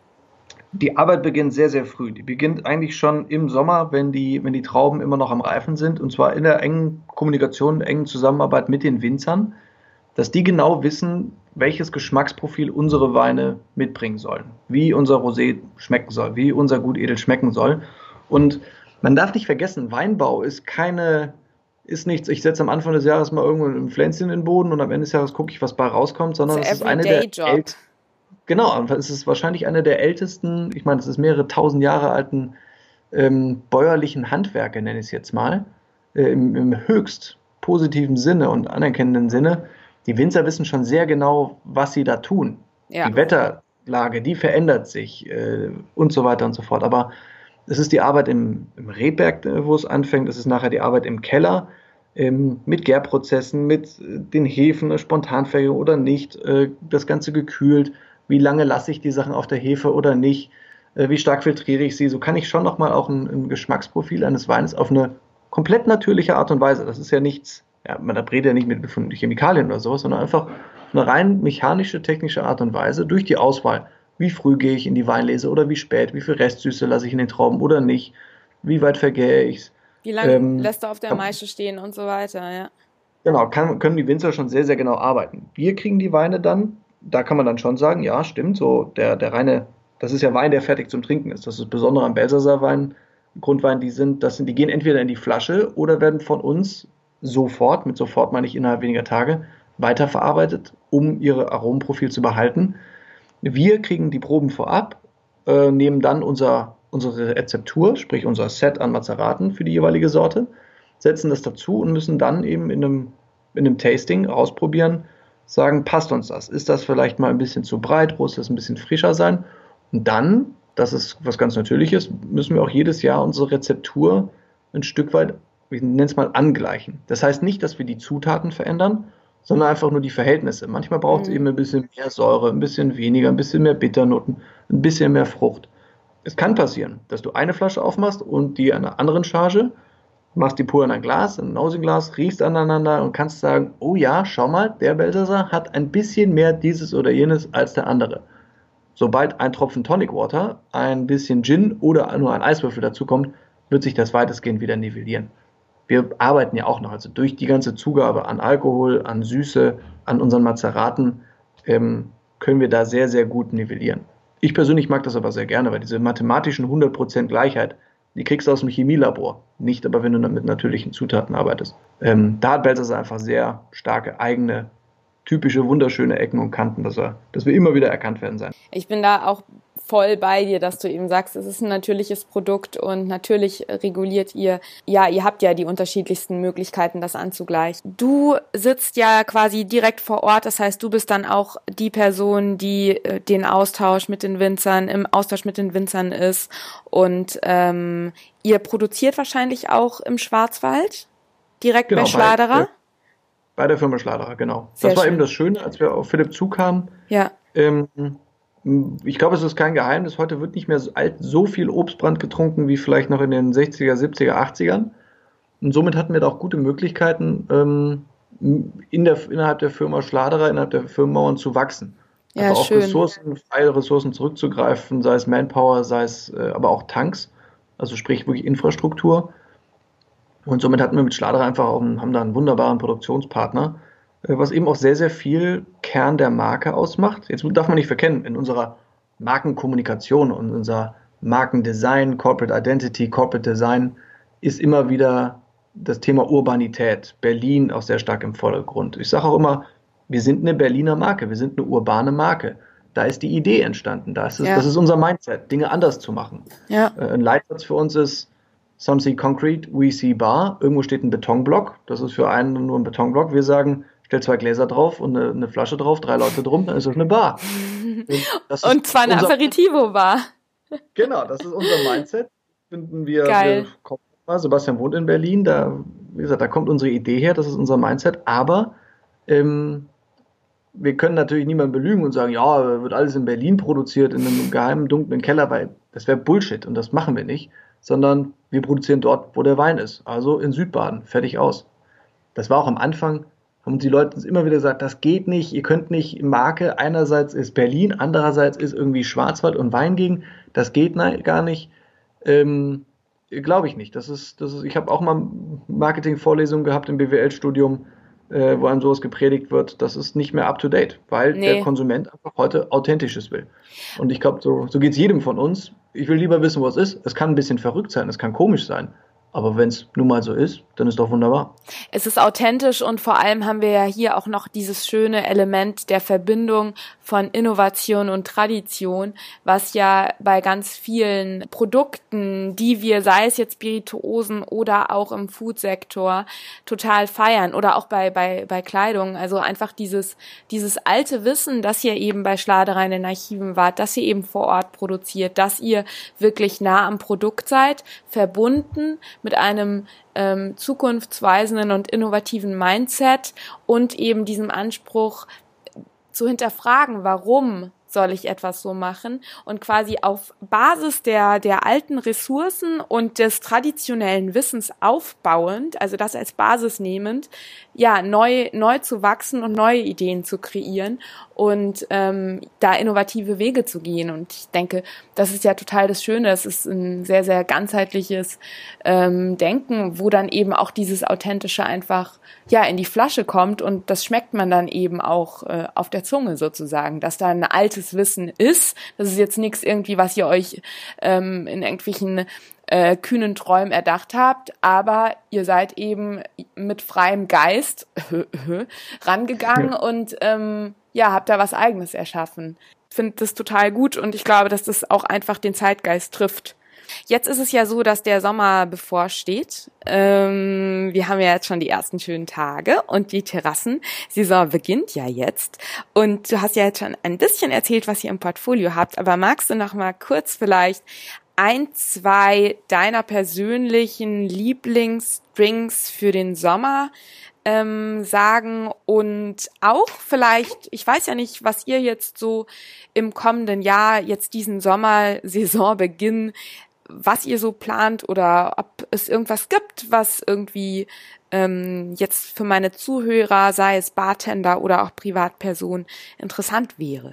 Die Arbeit beginnt sehr, sehr früh. Die beginnt eigentlich schon im Sommer, wenn die Trauben immer noch am Reifen sind, und zwar in der engen Kommunikation, engen Zusammenarbeit mit den Winzern, dass die genau wissen, welches Geschmacksprofil unsere Weine mitbringen sollen, wie unser Rosé schmecken soll, wie unser Gutedel schmecken soll. Und man darf nicht vergessen, Weinbau ist nichts, ich setze am Anfang des Jahres mal irgendwo ein Pflänzchen in den Boden und am Ende des Jahres gucke ich, was bei rauskommt, sondern es ist es ist wahrscheinlich eine der ältesten, ich meine, es ist mehrere tausend Jahre alten bäuerlichen Handwerke, nenne ich es jetzt mal, im höchst positiven Sinne und anerkennenden Sinne. Die Winzer wissen schon sehr genau, was sie da tun. Ja. Die Wetterlage, die verändert sich und so weiter und so fort, aber es ist die Arbeit im Rebberg, wo es anfängt. Es ist nachher die Arbeit im Keller mit Gärprozessen, mit den Hefen, Spontanfertigung oder nicht, das Ganze gekühlt. Wie lange lasse ich die Sachen auf der Hefe oder nicht? Wie stark filtriere ich sie? So kann ich schon nochmal auch ein Geschmacksprofil eines Weines auf eine komplett natürliche Art und Weise. Das ist ja nichts, man redet ja nicht mit Chemikalien oder sowas, sondern einfach eine rein mechanische, technische Art und Weise durch die Auswahl. Wie früh gehe ich in die Weinlese oder wie spät, wie viel Restsüße lasse ich in den Trauben oder nicht, wie weit vergäre ich es. Wie lange lässt er auf der Maische stehen und so weiter, ja. Genau, können die Winzer schon sehr, sehr genau arbeiten. Wir kriegen die Weine dann, da kann man dann schon sagen, ja, stimmt, so der reine, das ist ja Wein, der fertig zum Trinken ist. Das ist das Besondere am Belsasar-Wein, Grundwein, die gehen entweder in die Flasche oder werden von uns sofort, mit sofort meine ich innerhalb weniger Tage, weiterverarbeitet, um ihr Aromenprofil zu behalten. Wir kriegen die Proben vorab, nehmen dann unsere Rezeptur, sprich unser Set an Mazeraten für die jeweilige Sorte, setzen das dazu und müssen dann eben in einem Tasting ausprobieren, sagen, passt uns das? Ist das vielleicht mal ein bisschen zu breit? Muss das ein bisschen frischer sein? Und dann, das ist was ganz Natürliches, müssen wir auch jedes Jahr unsere Rezeptur ein Stück weit, ich nenne es mal, angleichen. Das heißt nicht, dass wir die Zutaten verändern, sondern einfach nur die Verhältnisse. Manchmal braucht es eben ein bisschen mehr Säure, ein bisschen weniger, ein bisschen mehr Bitternoten, ein bisschen mehr Frucht. Es kann passieren, dass du eine Flasche aufmachst und die einer anderen Charge machst die pur in ein Glas, in ein Nosinglas, riechst aneinander und kannst sagen, oh ja, schau mal, der Belsasar hat ein bisschen mehr dieses oder jenes als der andere. Sobald ein Tropfen Tonic Water, ein bisschen Gin oder nur ein Eiswürfel dazukommt, wird sich das weitestgehend wieder nivellieren. Wir arbeiten ja auch noch, also durch die ganze Zugabe an Alkohol, an Süße, an unseren Mazeraten, können wir da sehr, sehr gut nivellieren. Ich persönlich mag das aber sehr gerne, weil diese mathematischen 100% Gleichheit, die kriegst du aus dem Chemielabor, nicht aber, wenn du mit natürlichen Zutaten arbeitest. Da hat Belsasar einfach sehr starke, eigene, typische, wunderschöne Ecken und Kanten, dass wir immer wieder erkannt werden sein. Ich bin da auch voll bei dir, dass du eben sagst, es ist ein natürliches Produkt und natürlich reguliert ihr habt ja die unterschiedlichsten Möglichkeiten, das anzugleichen. Du sitzt ja quasi direkt vor Ort, das heißt, du bist dann auch die Person, die im Austausch mit den Winzern ist und ihr produziert wahrscheinlich auch im Schwarzwald, direkt bei Schladerer? Bei der Firma Schladerer, genau. Sehr das war schön. eben das Schöne, als wir auf Philipp zukamen. Ja. Ich glaube, es ist kein Geheimnis. Heute wird nicht mehr so viel Obstbrand getrunken wie vielleicht noch in den 60er, 70er, 80ern. Und somit hatten wir da auch gute Möglichkeiten, innerhalb der Firma Schladerer, innerhalb der Firmenmauern zu wachsen. Ja, Also auf schön. freie Ressourcen zurückzugreifen, sei es Manpower, sei es aber auch Tanks, also sprich wirklich Infrastruktur. Und somit hatten wir mit Schladerer haben da einen wunderbaren Produktionspartner, was eben auch sehr, sehr viel Kern der Marke ausmacht. Jetzt darf man nicht verkennen, in unserer Markenkommunikation und unser Markendesign, Corporate Identity, Corporate Design ist immer wieder das Thema Urbanität, Berlin auch sehr stark im Vordergrund. Ich sage auch immer, wir sind eine Berliner Marke, wir sind eine urbane Marke. Da ist die Idee entstanden, das ist unser Mindset, Dinge anders zu machen. Ja. Ein Leitsatz für uns ist, some see concrete, we see bar. Irgendwo steht ein Betonblock, das ist für einen nur ein Betonblock. Wir sagen, stell 2 Gläser drauf und eine Flasche drauf, 3 Leute drum, dann ist das eine Bar. Und zwar eine Aperitivo-Bar. Genau, das ist unser Mindset. Finden wir, Geil. Sebastian wohnt in Berlin, wie gesagt, da kommt unsere Idee her, das ist unser Mindset, aber wir können natürlich niemanden belügen und sagen, ja, wird alles in Berlin produziert, in einem geheimen, dunklen Keller, weil das wäre Bullshit und das machen wir nicht, sondern wir produzieren dort, wo der Wein ist, also in Südbaden, fertig aus. Das war auch am Anfang, haben die Leute uns immer wieder gesagt, das geht nicht, ihr könnt nicht, Marke einerseits ist Berlin, andererseits ist irgendwie Schwarzwald und Weingegend, das geht gar nicht. Glaube ich nicht. Ich habe auch mal Marketing-Vorlesungen gehabt im BWL-Studium, wo einem sowas gepredigt wird. Das ist nicht mehr up to date, weil der Konsument einfach heute Authentisches will. Und ich glaube, so geht es jedem von uns. Ich will lieber wissen, was es ist. Es kann ein bisschen verrückt sein, es kann komisch sein. Aber wenn es nun mal so ist, dann ist doch wunderbar. Es ist authentisch und vor allem haben wir ja hier auch noch dieses schöne Element der Verbindung von Innovation und Tradition, was ja bei ganz vielen Produkten, die wir, sei es jetzt Spirituosen oder auch im Foodsektor, total feiern oder auch bei Kleidung. Also einfach dieses alte Wissen, dass ihr eben bei Schladerer in den Archiven wart, dass ihr eben vor Ort produziert, dass ihr wirklich nah am Produkt seid, verbunden mit einem zukunftsweisenden und innovativen Mindset und eben diesem Anspruch zu hinterfragen, warum soll ich etwas so machen und quasi auf Basis der alten Ressourcen und des traditionellen Wissens aufbauend, also das als Basis nehmend, ja, neu zu wachsen und neue Ideen zu kreieren und da innovative Wege zu gehen. Und ich denke, das ist ja total das Schöne. Es ist ein sehr, sehr ganzheitliches Denken, wo dann eben auch dieses Authentische einfach ja in die Flasche kommt und das schmeckt man dann eben auch auf der Zunge sozusagen, dass da ein altes Wissen ist. Das ist jetzt nichts irgendwie, was ihr euch in irgendwelchen kühnen Träumen erdacht habt, aber ihr seid eben mit freiem Geist rangegangen und habt da was Eigenes erschaffen. Ich finde das total gut und ich glaube, dass das auch einfach den Zeitgeist trifft. Jetzt ist es ja so, dass der Sommer bevorsteht. Wir haben ja jetzt schon die ersten schönen Tage und die Terrassensaison beginnt ja jetzt. Und du hast ja jetzt schon ein bisschen erzählt, was ihr im Portfolio habt, aber magst du noch mal kurz vielleicht 1, 2 deiner persönlichen Lieblingsdrinks für den Sommer sagen und auch vielleicht, ich weiß ja nicht, was ihr jetzt so im kommenden Jahr, jetzt diesen Sommer, Saisonbeginn, was ihr so plant oder ob es irgendwas gibt, was irgendwie jetzt für meine Zuhörer, sei es Bartender oder auch Privatperson, interessant wäre.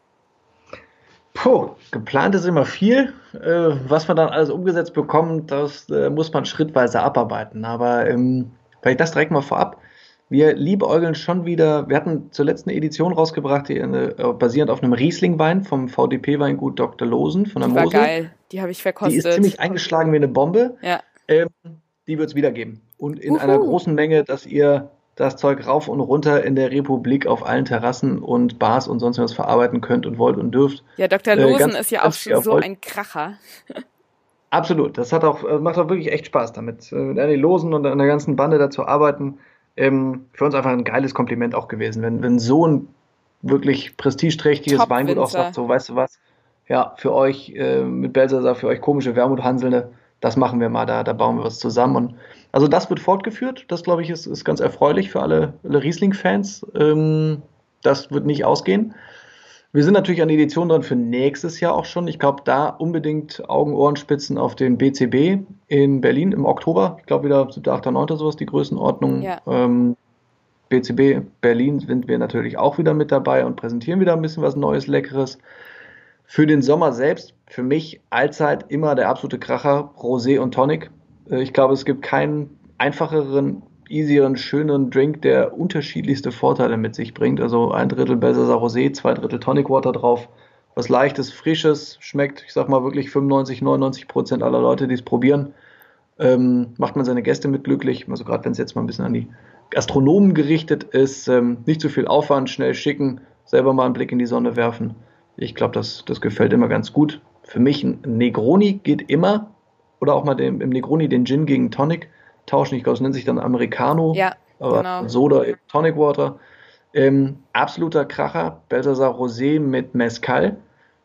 Geplant ist immer viel. Was man dann alles umgesetzt bekommt, das muss man schrittweise abarbeiten. Aber vielleicht das direkt mal vorab. Wir liebäugeln schon wieder. Wir hatten zuletzt eine Edition rausgebracht, die basierend auf einem Riesling-Wein vom VDP-Weingut Dr. Losen von der Die war Mosel. geil, die habe ich verkostet. Die ist ziemlich eingeschlagen wie eine Bombe. Ja. Die wird es wieder geben. Und in einer großen Menge, dass ihr das Zeug rauf und runter in der Republik auf allen Terrassen und Bars und sonst was verarbeiten könnt und wollt und dürft. Ja, Dr. Losen ist ja auch schon so ein Kracher. Absolut, das macht auch wirklich echt Spaß damit. Mit Annie Losen und einer ganzen Bande da zu arbeiten. Für uns einfach ein geiles Kompliment auch gewesen. Wenn so ein wirklich prestigeträchtiges Weingut auch sagt, so, weißt du was, ja, für euch mit Belsasar, für euch komische Wermut-Hanselne, das machen wir mal, da bauen wir was zusammen. Und also das wird fortgeführt, das glaube ich ist ganz erfreulich für alle Riesling-Fans. Das wird nicht ausgehen. Wir sind natürlich an Edition dran für nächstes Jahr auch schon. Ich glaube, da unbedingt Augen, Ohrenspitzen auf den BCB in Berlin im Oktober. Ich glaube wieder 7., 8., 9. sowas die Größenordnung. Ja. BCB Berlin sind wir natürlich auch wieder mit dabei und präsentieren wieder ein bisschen was Neues, Leckeres. Für den Sommer selbst, für mich allzeit immer der absolute Kracher, Rosé und Tonic. Ich glaube, es gibt keinen einfacheren, easieren, schöneren Drink, der unterschiedlichste Vorteile mit sich bringt. Also 1/3 Belsasar Rosé, 2/3 Tonic Water drauf. Was Leichtes, Frisches, schmeckt, ich sag mal wirklich 95-99% aller Leute, die es probieren. Macht man seine Gäste mit glücklich. Also gerade wenn es jetzt mal ein bisschen an die Gastronomen gerichtet ist, nicht zu viel Aufwand, schnell schicken, selber mal einen Blick in die Sonne werfen. Ich glaube, das gefällt immer ganz gut. Für mich ein Negroni geht immer. Oder auch mal im Negroni den Gin gegen Tonic tauschen. Ich glaube, es nennt sich dann Americano. Ja, aber genau. Soda, Tonic Water. Absoluter Kracher. Belsasar Rosé mit Mezcal.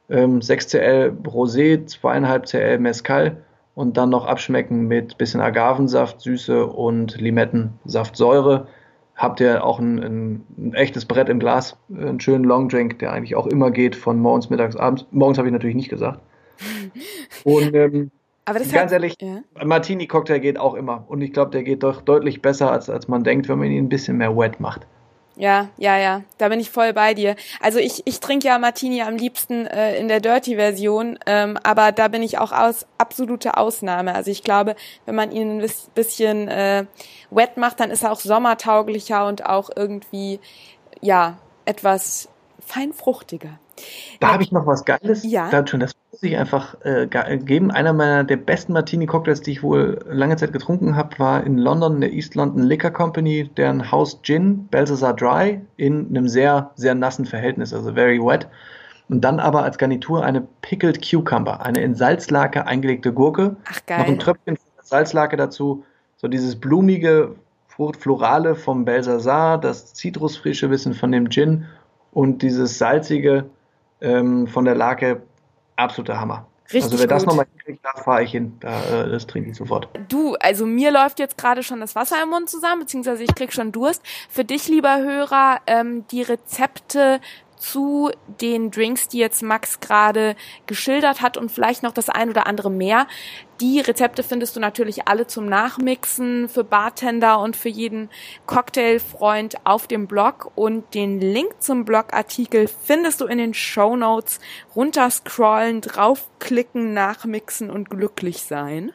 6 cl Rosé, 2,5 cl Mezcal. Und dann noch abschmecken mit bisschen Agavensaft, Süße und Limettensaftsäure. Habt ihr auch ein echtes Brett im Glas, einen schönen Longdrink, der eigentlich auch immer geht, von morgens, mittags, abends. Morgens habe ich natürlich nicht gesagt. Und Aber das ganz ehrlich, ja. Martini-Cocktail geht auch immer. Und ich glaube, der geht doch deutlich besser, als man denkt, wenn man ihn ein bisschen mehr wet macht. Ja, da bin ich voll bei dir. Also ich trinke ja Martini am liebsten in der Dirty-Version, aber da bin ich auch absolute Ausnahme. Also ich glaube, wenn man ihn ein bisschen wet macht, dann ist er auch sommertauglicher und auch irgendwie, ja, etwas feinfruchtiger. Da habe ich noch was Geiles. Ja. Das muss ich einfach geben. Einer der besten Martini-Cocktails, die ich wohl lange Zeit getrunken habe, war in London, in der East London Liquor Company, deren House Gin, Belsasar Dry, in einem sehr, sehr nassen Verhältnis, also very wet. Und dann aber als Garnitur eine Pickled Cucumber, eine in Salzlake eingelegte Gurke. Ach, geil. Noch ein Tröpfchen Salzlake dazu. So dieses blumige, florale vom Belsasar, das zitrusfrische bisschen von dem Gin und dieses salzige von der Lake, absoluter Hammer. Richtig also wer das gut. nochmal hinkriegt, da fahre ich hin. Das trinke ich sofort. Du, also mir läuft jetzt gerade schon das Wasser im Mund zusammen, beziehungsweise ich krieg schon Durst. Für dich, lieber Hörer, die Rezepte zu den Drinks, die jetzt Max gerade geschildert hat und vielleicht noch das ein oder andere mehr. Die Rezepte findest du natürlich alle zum Nachmixen für Bartender und für jeden Cocktailfreund auf dem Blog und den Link zum Blogartikel findest du in den Shownotes. Runterscrollen, draufklicken, nachmixen und glücklich sein.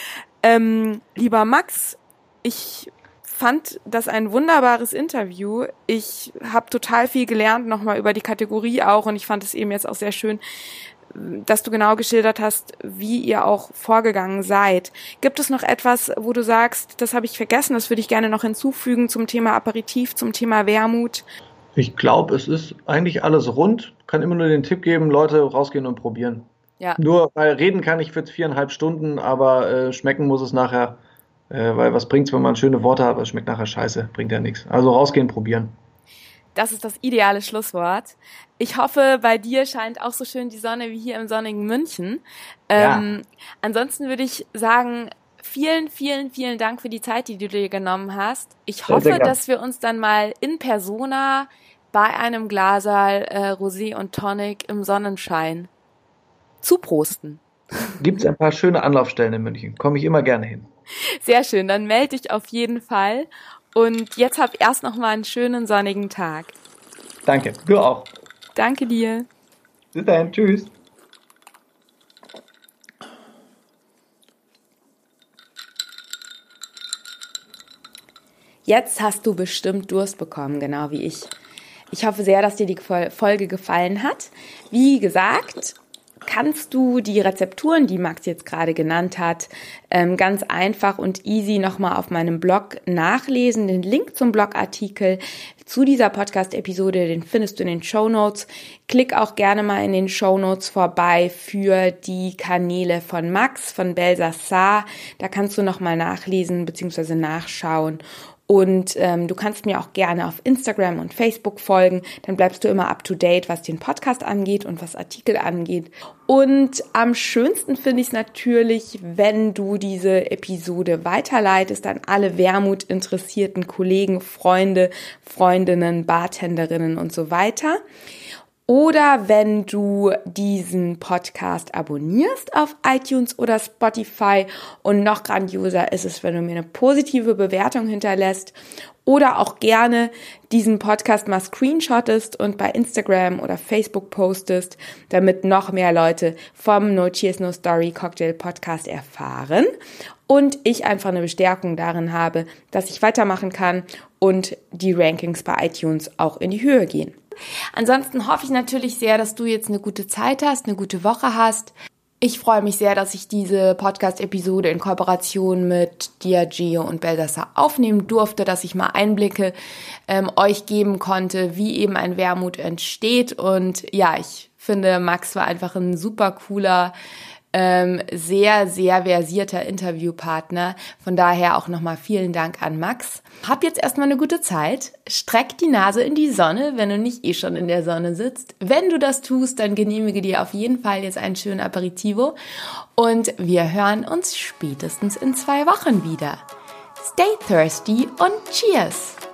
Lieber Max, ich fand das ein wunderbares Interview. Ich habe total viel gelernt, nochmal über die Kategorie auch, und ich fand es eben jetzt auch sehr schön, dass du genau geschildert hast, wie ihr auch vorgegangen seid. Gibt es noch etwas, wo du sagst, das habe ich vergessen, das würde ich gerne noch hinzufügen zum Thema Aperitif, zum Thema Wermut? Ich glaube, es ist eigentlich alles rund. Kann immer nur den Tipp geben, Leute rausgehen und probieren. Ja. Nur, weil reden kann ich für 4,5 Stunden, aber schmecken muss es nachher. Weil was bringt's, wenn man schöne Worte hat, aber es schmeckt nachher scheiße, bringt ja nichts. Also rausgehen, probieren. Das ist das ideale Schlusswort. Ich hoffe, bei dir scheint auch so schön die Sonne wie hier im sonnigen München. Ja. Ansonsten würde ich sagen, vielen, vielen, vielen Dank für die Zeit, die du dir genommen hast. Ich Sehr, hoffe, sehr gern. dass wir uns dann mal in Persona bei einem Glaserl Rosé und Tonic im Sonnenschein zuprosten. Gibt es ein paar schöne Anlaufstellen in München. Komme ich immer gerne hin. Sehr schön, dann melde dich auf jeden Fall. Und jetzt hab erst noch mal einen schönen sonnigen Tag. Danke, du auch. Danke dir. Bis dahin, tschüss. Jetzt hast du bestimmt Durst bekommen, genau wie ich. Ich hoffe sehr, dass dir die Folge gefallen hat. Wie gesagt, kannst du die Rezepturen, die Max jetzt gerade genannt hat, ganz einfach und easy nochmal auf meinem Blog nachlesen. Den Link zum Blogartikel zu dieser Podcast-Episode, den findest du in den Shownotes. Klick auch gerne mal in den Shownotes vorbei für die Kanäle von Max, von Belsasar. Da kannst du nochmal nachlesen bzw. nachschauen. Und du kannst mir auch gerne auf Instagram und Facebook folgen, dann bleibst du immer up to date, was den Podcast angeht und was Artikel angeht. Und am schönsten finde ich es natürlich, wenn du diese Episode weiterleitest an alle Wermut-interessierten Kollegen, Freunde, Freundinnen, Bartenderinnen und so weiter. Oder wenn du diesen Podcast abonnierst auf iTunes oder Spotify, und noch grandioser ist es, wenn du mir eine positive Bewertung hinterlässt oder auch gerne diesen Podcast mal screenshottest und bei Instagram oder Facebook postest, damit noch mehr Leute vom No Cheers No Story Cocktail Podcast erfahren und ich einfach eine Bestärkung darin habe, dass ich weitermachen kann und die Rankings bei iTunes auch in die Höhe gehen. Ansonsten hoffe ich natürlich sehr, dass du jetzt eine gute Zeit hast, eine gute Woche hast. Ich freue mich sehr, dass ich diese Podcast-Episode in Kooperation mit Diageo und Belsasar aufnehmen durfte, dass ich mal Einblicke euch geben konnte, wie eben ein Wermut entsteht. Und ja, ich finde, Max war einfach ein super cooler, sehr, sehr versierter Interviewpartner. Von daher auch nochmal vielen Dank an Max. Hab jetzt erstmal eine gute Zeit. Streck die Nase in die Sonne, wenn du nicht schon in der Sonne sitzt. Wenn du das tust, dann genehmige dir auf jeden Fall jetzt einen schönen Aperitivo. Und wir hören uns spätestens in 2 Wochen wieder. Stay thirsty und cheers!